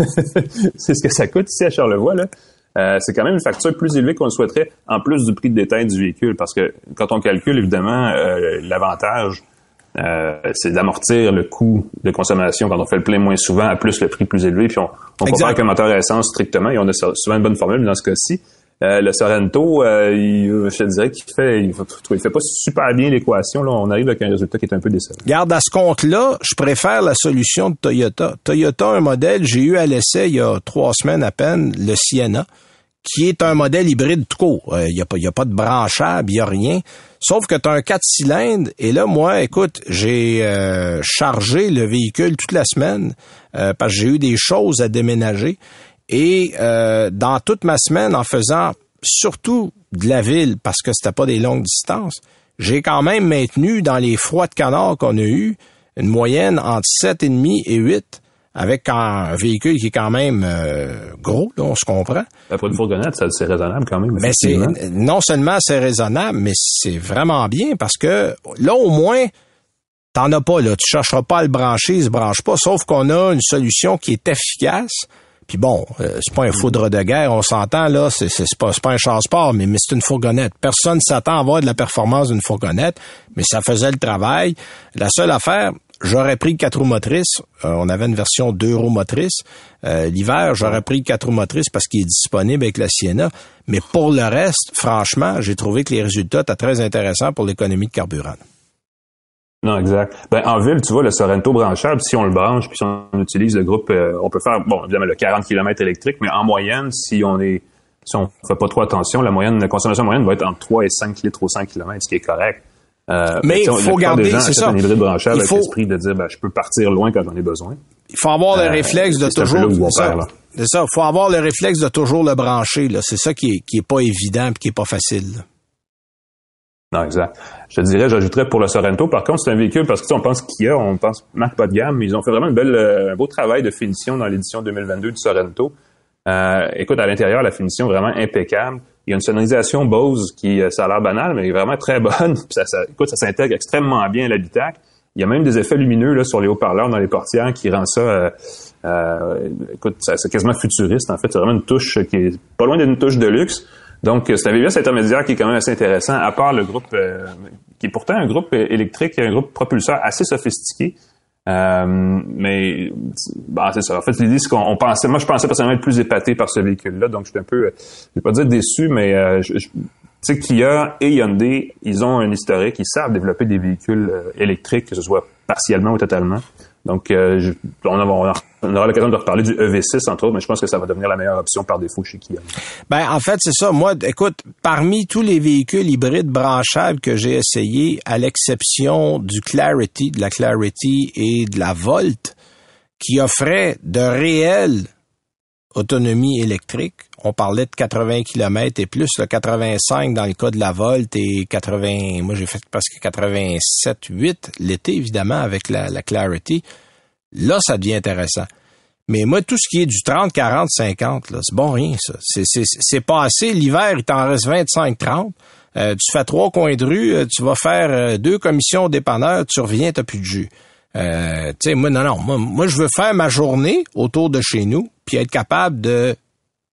c'est ce que ça coûte ici à Charlevoix, là. Euh, c'est quand même une facture plus élevée qu'on le souhaiterait, en plus du prix de détail du véhicule, parce que quand on calcule, évidemment, euh, l'avantage, euh, c'est d'amortir le coût de consommation quand on fait le plein moins souvent, à plus le prix plus élevé, puis on, on compare avec un moteur à essence strictement, et on a souvent une bonne formule dans ce cas-ci. Euh, le Sorento, euh, il, je te dirais qu'il fait, il, il fait pas super bien l'équation. Là, on arrive avec un résultat qui est un peu décevant. Regarde, à ce compte-là, je préfère la solution de Toyota. Toyota, un modèle, j'ai eu à l'essai il y a trois semaines à peine, le Sienna, qui est un modèle hybride tout court. Il euh, y a pas, il y a pas de branchable, il y a rien. Sauf que tu as un quatre cylindres. Et là, moi, écoute, j'ai euh, chargé le véhicule toute la semaine euh, parce que j'ai eu des choses à déménager. Et euh, dans toute ma semaine, en faisant surtout de la ville, parce que c'était pas des longues distances, j'ai quand même maintenu dans les froids de canard qu'on a eu une moyenne entre sept virgule cinq et huit, avec un véhicule qui est quand même euh, gros, là, on se comprend. Pour une fourgonnette, ça, c'est raisonnable quand même. Mais c'est non seulement c'est raisonnable, mais c'est vraiment bien parce que là, au moins, t'en as pas, là. Tu chercheras pas à le brancher, il se branche pas, sauf qu'on a une solution qui est efficace. Puis bon, euh, c'est pas un foudre de guerre, on s'entend, là, c'est, c'est, c'est, pas, c'est pas un char-sport, mais, mais c'est une fourgonnette. Personne s'attend à avoir de la performance d'une fourgonnette, mais ça faisait le travail. La seule affaire, j'aurais pris quatre roues motrices. Euh, on avait une version deux roues motrices. Euh, l'hiver, j'aurais pris quatre roues motrices parce qu'il est disponible avec la Sienna. Mais pour le reste, franchement, j'ai trouvé que les résultats étaient très intéressants pour l'économie de carburant. Non, exact. Ben, en ville, tu vois, le Sorento branchable, si on le branche, puis si on utilise le groupe, euh, on peut faire, bon, évidemment, le quarante kilomètres électrique, mais en moyenne, si on est, si on fait pas trop attention, la moyenne, la consommation moyenne va être entre trois et cinq litres au cent kilomètres, ce qui est correct. Euh, mais il faut garder, c'est ça. Un hybride branchable il faut, avec l'esprit de dire, ben, je peux partir loin quand j'en ai besoin. Il faut avoir le euh, réflexe de toujours, c'est ça, c'est ça. Il faut avoir le réflexe de toujours le brancher, là. C'est ça qui est, qui est pas évident et qui est pas facile, là. Non, exact. Je te dirais, j'ajouterais pour le Sorento, par contre, c'est un véhicule, parce que tu sais, on pense Kia, on pense marque pas de gamme, mais ils ont fait vraiment une belle, un beau travail de finition dans l'édition deux mille vingt-deux du Sorento. Euh, écoute, à l'intérieur, la finition vraiment impeccable. Il y a une sonorisation Bose qui, ça a l'air banal, mais vraiment très bonne. Puis ça, ça, écoute, ça s'intègre extrêmement bien à l'habitacle. Il y a même des effets lumineux là sur les haut-parleurs dans les portières qui rend ça, euh, euh, écoute, ça, c'est quasiment futuriste. En fait, c'est vraiment une touche qui est pas loin d'une touche de luxe. Donc, c'est un V U S intermédiaire qui est quand même assez intéressant, à part le groupe, euh, qui est pourtant un groupe électrique, un groupe propulseur assez sophistiqué. Euh, mais, bah, c'est ça. En fait, l'idée, c'est qu'on pensait, moi, je pensais personnellement être plus épaté par ce véhicule-là, donc je suis un peu, je vais pas dire déçu, mais, euh, je, je, tu sais, Kia et Hyundai, ils ont un historique, ils savent développer des véhicules euh, électriques, que ce soit partiellement ou totalement. Donc, euh, je, on, aura, on aura l'occasion de reparler du E V six, entre autres, mais je pense que ça va devenir la meilleure option par défaut chez Kia. Ben, en fait, c'est ça. Moi, écoute, parmi tous les véhicules hybrides branchables que j'ai essayés, à l'exception du Clarity, de la Clarity et de la Volt, qui offraient de réelles autonomie électrique, on parlait de quatre-vingts kilomètres et plus, là, quatre-vingt-cinq dans le cas de la Volt et quatre-vingts, moi j'ai fait presque quatre-vingt-sept huit l'été évidemment avec la, la Clarity. Là, ça devient intéressant. Mais moi, tout ce qui est du trente, quarante, cinquante, là, c'est bon rien, ça. C'est, c'est, c'est pas assez. L'hiver, il t'en reste vingt-cinq, trente. Euh, tu fais trois coins de rue, tu vas faire euh, deux commissions au dépanneur, tu reviens, t'as plus de jus. Euh, tu sais, moi, non, non. Moi, moi, je veux faire ma journée autour de chez nous, puis être capable de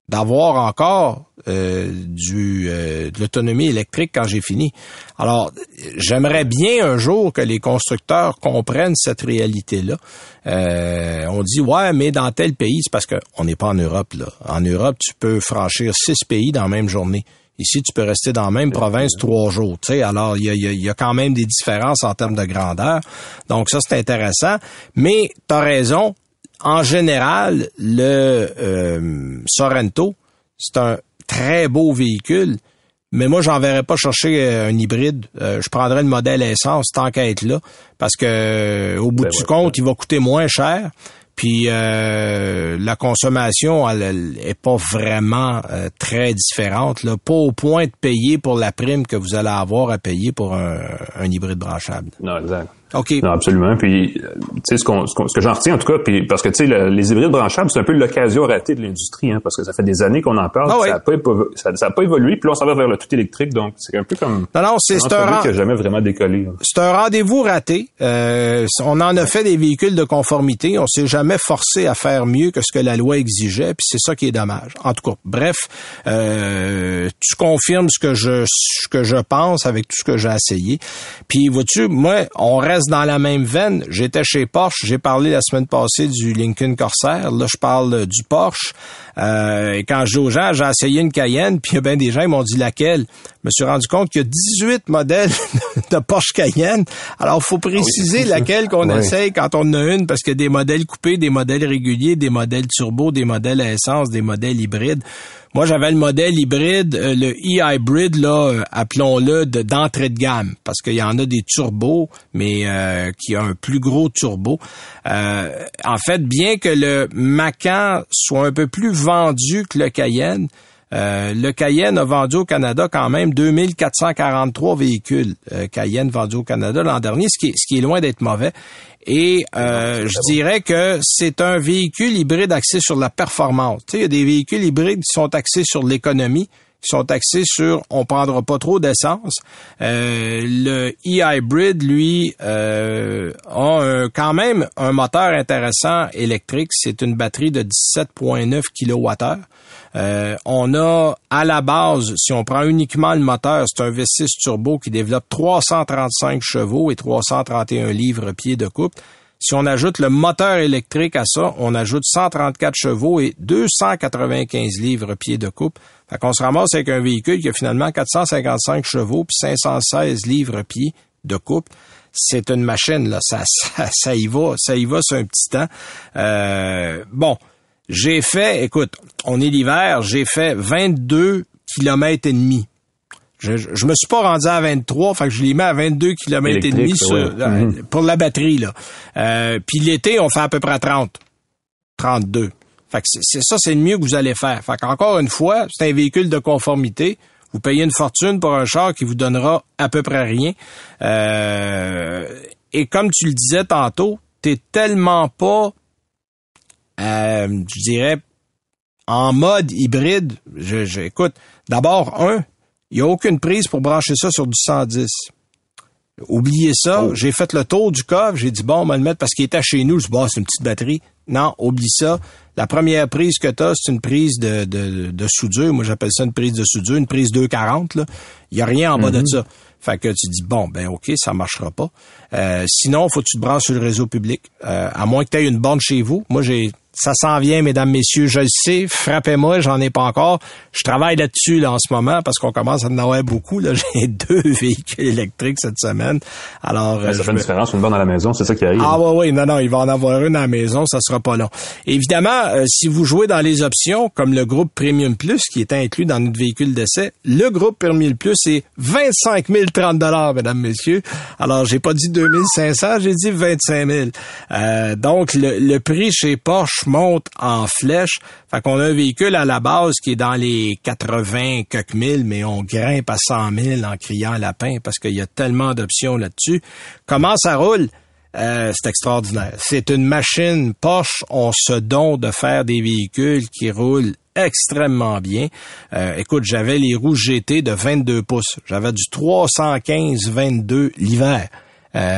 d'avoir encore euh, du euh, de l'autonomie électrique quand j'ai fini. Alors, j'aimerais bien un jour que les constructeurs comprennent cette réalité-là. Euh, on dit, ouais, mais dans tel pays, c'est parce qu'on n'est pas en Europe, là. En Europe, tu peux franchir six pays dans la même journée. Ici, tu peux rester dans la même province trois jours. Tu sais, alors, il y a, y, a, y a quand même des différences en termes de grandeur. Donc, ça, c'est intéressant. Mais tu as raison. En général, le euh, Sorento, c'est un très beau véhicule, mais moi, j'enverrais pas chercher un hybride. Euh, je prendrais le modèle essence tant qu'à être là, parce que euh, au bout ben du ouais, compte, ouais. il va coûter moins cher. Puis euh, la consommation, elle, elle est pas vraiment euh, très différente, là, pas au point de payer pour la prime que vous allez avoir à payer pour un, un hybride branchable. Non, exact. OK. Non, absolument. Puis, tu sais, ce, qu'on, ce, qu'on, ce que j'en retiens, en tout cas, puis parce que, tu sais, le, les hybrides branchables, c'est un peu l'occasion ratée de l'industrie, hein, parce que ça fait des années qu'on en parle, ah oui. ça n'a pas, ça, ça a pas évolué, puis là, on s'en va vers le tout électrique, donc c'est un peu comme... Non, non, c'est, c'est un... qui n'a jamais vraiment décollé. Hein. C'est un rendez-vous raté. Euh, on en a fait des véhicules de conformité. On s'est jamais forcé à faire mieux que ce que la loi exigeait, puis c'est ça qui est dommage. En tout cas, bref, euh, tu confirmes ce que je ce que je pense avec tout ce que j'ai essayé. Puis, vois-tu, moi, on reste dans la même veine. J'étais chez Porsche. J'ai parlé la semaine passée du Lincoln Corsair. Là, je parle du Porsche. Euh, et quand je dis aux gens, j'ai essayé une Cayenne, puis il y a bien des gens qui m'ont dit laquelle. Je me suis rendu compte qu'il y a dix-huit modèles de Porsche Cayenne. Alors, il faut préciser ah oui, laquelle qu'on oui. essaye quand on en a une, parce qu'il y a des modèles coupés, des modèles réguliers, des modèles turbo, des modèles à essence, des modèles hybrides. Moi, j'avais le modèle hybride, le e-hybrid, là, appelons-le de, d'entrée de gamme, parce qu'il y en a des turbos, mais euh, qui a un plus gros turbo. Euh, en fait, bien que le Macan soit un peu plus vendu que le Cayenne, euh, le Cayenne a vendu au Canada quand même deux mille quatre cent quarante-trois véhicules euh, Cayenne vendus au Canada l'an dernier, ce qui est, ce qui est loin d'être mauvais. Et euh, je dirais que c'est un véhicule hybride axé sur la performance. Tu sais, il y a des véhicules hybrides qui sont axés sur l'économie, qui sont axés sur on prendra pas trop d'essence. Euh, le e-hybrid, lui, euh, a un, quand même un moteur intéressant électrique. C'est une batterie de dix-sept virgule neuf kilowattheures. Euh, on a, à la base, si on prend uniquement le moteur, c'est un V six turbo qui développe trois cent trente-cinq chevaux et trois cent trente et un livres-pieds de couple. Si on ajoute le moteur électrique à ça, on ajoute cent trente-quatre chevaux et deux cent quatre-vingt-quinze livres-pieds de couple. Fait qu'on se ramasse avec un véhicule qui a finalement quatre cent cinquante-cinq chevaux puis cinq cent seize livres-pieds de couple. C'est une machine, là. Ça, ça, ça y va, ça y va sur un petit temps. Euh, bon. J'ai fait, écoute, on est l'hiver, j'ai fait vingt-deux kilomètres et demi. Je, je, je me suis pas rendu à vingt-trois, fait que je l'ai mis à vingt-deux kilomètres et demi sur, ouais. euh, mm-hmm. pour la batterie, là. Euh, puis l'été, on fait à peu près trente. trente-deux. Fait que c'est, c'est ça, c'est le mieux que vous allez faire. Fait qu'encore une fois, c'est un véhicule de conformité. Vous payez une fortune pour un char qui vous donnera à peu près rien. Euh, et comme tu le disais tantôt, t'es tellement pas Euh, je dirais, en mode hybride, je, je écoute, d'abord, un, il n'y a aucune prise pour brancher ça sur du cent dix. Oubliez ça, oh. J'ai fait le tour du coffre, j'ai dit, bon, on va le mettre parce qu'il était chez nous, je dis, bon, c'est une petite batterie. Non, oublie ça. La première prise que tu as, c'est une prise de, de, de soudure. Moi, j'appelle ça une prise de soudure, une prise deux cent quarante, là. Il n'y a rien en bas mm-hmm. de ça. Fait que tu dis, bon, ben OK, ça marchera pas. Euh, sinon, faut que tu te branches sur le réseau public. Euh, à moins que tu aies une borne chez vous. Moi, j'ai... Ça s'en vient, mesdames, messieurs, je le sais, frappez-moi, j'en ai pas encore. Je travaille là-dessus là en ce moment parce qu'on commence à en avoir beaucoup. Là, j'ai deux véhicules électriques cette semaine. Alors, ça euh, fait une différence, une borne à la maison, c'est ça qui arrive. Ah oui, oui, non, non, il va en avoir une à la maison, ça sera pas long. Évidemment, euh, si vous jouez dans les options comme le groupe Premium Plus qui est inclus dans notre véhicule d'essai, le groupe Premium Plus c'est vingt-cinq mille trente dollars, mesdames, messieurs. Alors, j'ai pas dit deux mille cinq cents, j'ai dit vingt-cinq mille. Euh, donc, le, le prix chez Porsche monte en flèche. Fait qu'on a un véhicule à la base qui est dans les quatre-vingts quelques mille, mais on grimpe à cent mille en criant lapin parce qu'il y a tellement d'options là-dessus. Comment ça roule? Euh, c'est extraordinaire. C'est une machine. Porsche ont ce don de faire des véhicules qui roulent extrêmement bien. Euh, écoute, j'avais les roues G T de vingt-deux pouces. J'avais du trois cent quinze vingt-deux l'hiver. Euh,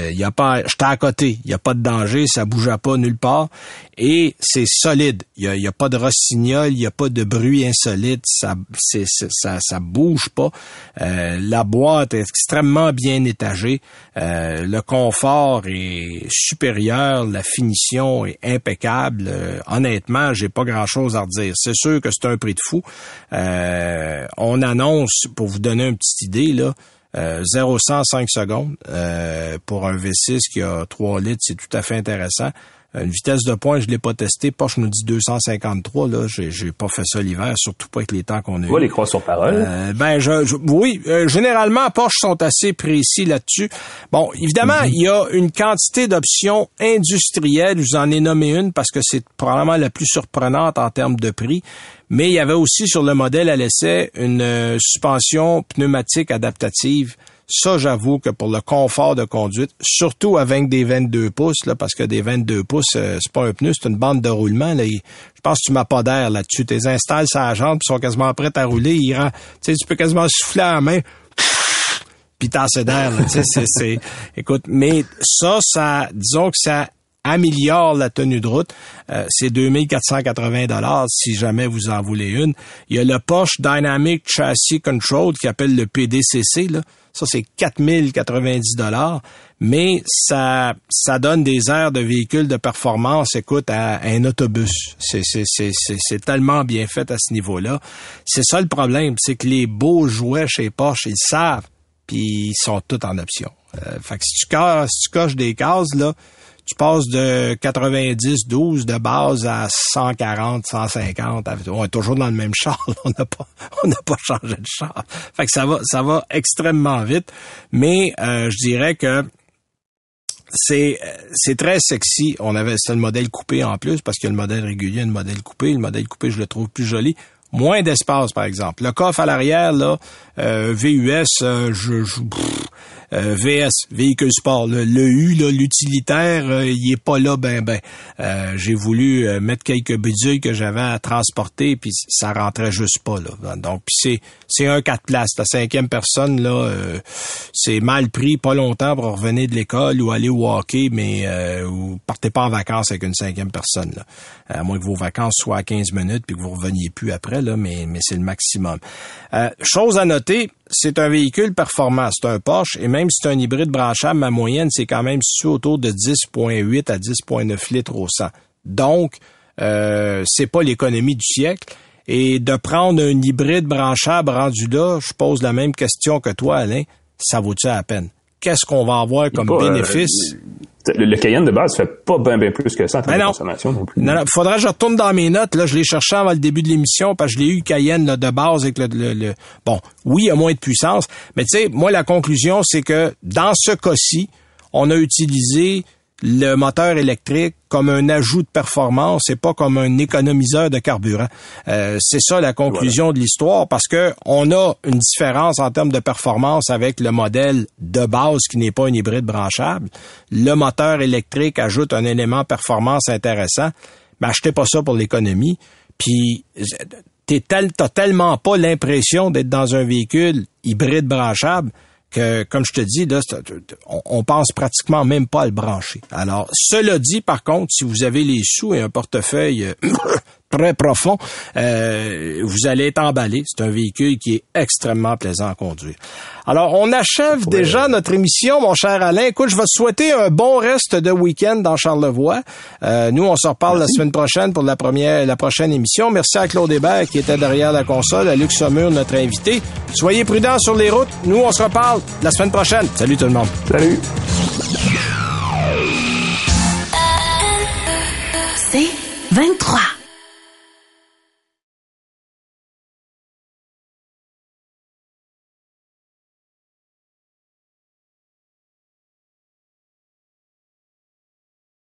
Euh, y a pas, j'étais à côté, il y a pas de danger, ça bougeait pas nulle part et c'est solide. Il y a, y a pas de rossignol, il y a pas de bruit insolite, ça, c'est, c'est, ça, ça bouge pas. Euh, la boîte est extrêmement bien étagée, euh, le confort est supérieur, la finition est impeccable. Euh, honnêtement, j'ai pas grand-chose à redire. C'est sûr que c'est un prix de fou. Euh, on annonce, pour vous donner une petite idée là. Euh, zéro à cent cinq secondes. Euh, pour un V six qui a trois litres, c'est tout à fait intéressant. Une vitesse de pointe, je l'ai pas testé. Porsche nous dit deux cent cinquante-trois. Là, j'ai, j'ai pas fait ça l'hiver, surtout pas avec les temps qu'on a eu. Tu vas les croire sur parole. Euh, ben, je, je oui. Euh, généralement, Porsche sont assez précis là-dessus. Bon, évidemment, mm-hmm. il y a une quantité d'options industrielles. Je vous en ai nommé une parce que c'est probablement la plus surprenante en termes de prix. Mais il y avait aussi sur le modèle à l'essai une euh, suspension pneumatique adaptative. Ça, j'avoue que pour le confort de conduite, surtout avec des vingt-deux pouces, là, parce que des vingt-deux pouces, euh, c'est pas un pneu, c'est une bande de roulement. Là, il, je pense que tu m'as pas d'air là-dessus. Tu les installes sur la jambe, puis sont quasiment prêts à rouler. Ils rend, tu sais, tu peux quasiment souffler à la main, puis tasser d'air. Là, tu sais, c'est, c'est, écoute, mais ça, ça, disons que ça améliore la tenue de route. Euh, c'est deux mille quatre cent quatre-vingts dollars si jamais vous en voulez une. Il y a le Porsche Dynamic Chassis Control qui appelle le P D C C, là. Ça, c'est quatre mille quatre-vingt-dix dollars, mais ça ça donne des airs de véhicule de performance, écoute, à, à un autobus. C'est, c'est, c'est, c'est, c'est tellement bien fait à ce niveau-là. C'est ça le problème, c'est que les beaux jouets chez Porsche, ils savent, puis ils sont tous en option. Euh, fait que si tu, coches, si tu coches des cases, là, tu passes de quatre-vingt-dix douze de base à cent quarante, cent cinquante. On est toujours dans le même char. On n'a pas, on n'a pas changé de char. Fait que ça va, ça va extrêmement vite. Mais euh, je dirais que c'est, c'est très sexy. On avait, c'est le modèle coupé en plus parce qu'il y a le modèle régulier, le modèle coupé. Le modèle coupé, je le trouve plus joli. Moins d'espace, par exemple. Le coffre à l'arrière, là, euh, V U S, euh, je, je pff, euh, V S, véhicule sport. Le, le U, là, l'utilitaire, euh, il est pas là, ben ben. Euh, j'ai voulu euh, mettre quelques bidules que j'avais à transporter, puis ça rentrait juste pas là. Donc, puis c'est c'est un quatre places. La cinquième personne là, euh, c'est mal pris, pas longtemps pour revenir de l'école ou aller au hockey, mais euh, ou partez pas en vacances avec une cinquième personne là. À moins que vos vacances soient à quinze minutes puis que vous reveniez plus après là, mais mais c'est le maximum. Euh, chose à noter. C'est un véhicule performant, c'est un Porsche, et même si c'est un hybride branchable, ma moyenne, c'est quand même situé autour de dix virgule huit à dix virgule neuf litres au cent. Donc, euh, c'est pas l'économie du siècle. Et de prendre un hybride branchable rendu là, je pose la même question que toi, Alain, ça vaut-tu la peine? Qu'est-ce qu'on va avoir comme pas, bénéfice? Euh, le, le Cayenne de base fait pas bien bien plus que ça en termes ben de consommation non plus. Non, non, faudrait que je retourne dans mes notes. Là, je l'ai cherché avant le début de l'émission parce que je l'ai eu Cayenne là, de base avec le, le, le... Bon, oui, il y a moins de puissance, mais tu sais, moi, la conclusion, c'est que dans ce cas-ci, on a utilisé le moteur électrique comme un ajout de performance et pas comme un économiseur de carburant. Euh, c'est ça la conclusion voilà. de l'histoire, parce que on a une différence en termes de performance avec le modèle de base qui n'est pas un hybride branchable. Le moteur électrique ajoute un élément performance intéressant, mais achetez pas ça pour l'économie. Puis t'es tel, t'as tellement pas l'impression d'être dans un véhicule hybride branchable que, comme je te dis, là, on, on pense pratiquement même pas à le brancher. Alors, cela dit, par contre, si vous avez les sous et un portefeuille très profond, euh, vous allez être emballé. C'est un véhicule qui est extrêmement plaisant à conduire. Alors, on achève ouais. déjà notre émission, mon cher Alain. Écoute, je vais te souhaiter un bon reste de week-end dans Charlevoix. Euh, nous, on se reparle Merci. la semaine prochaine pour la première, la prochaine émission. Merci à Claude Hébert qui était derrière la console, à Luc Saumur, notre invité. Soyez prudents sur les routes. Nous, on se reparle la semaine prochaine. Salut tout le monde. Salut. C'est vingt-trois.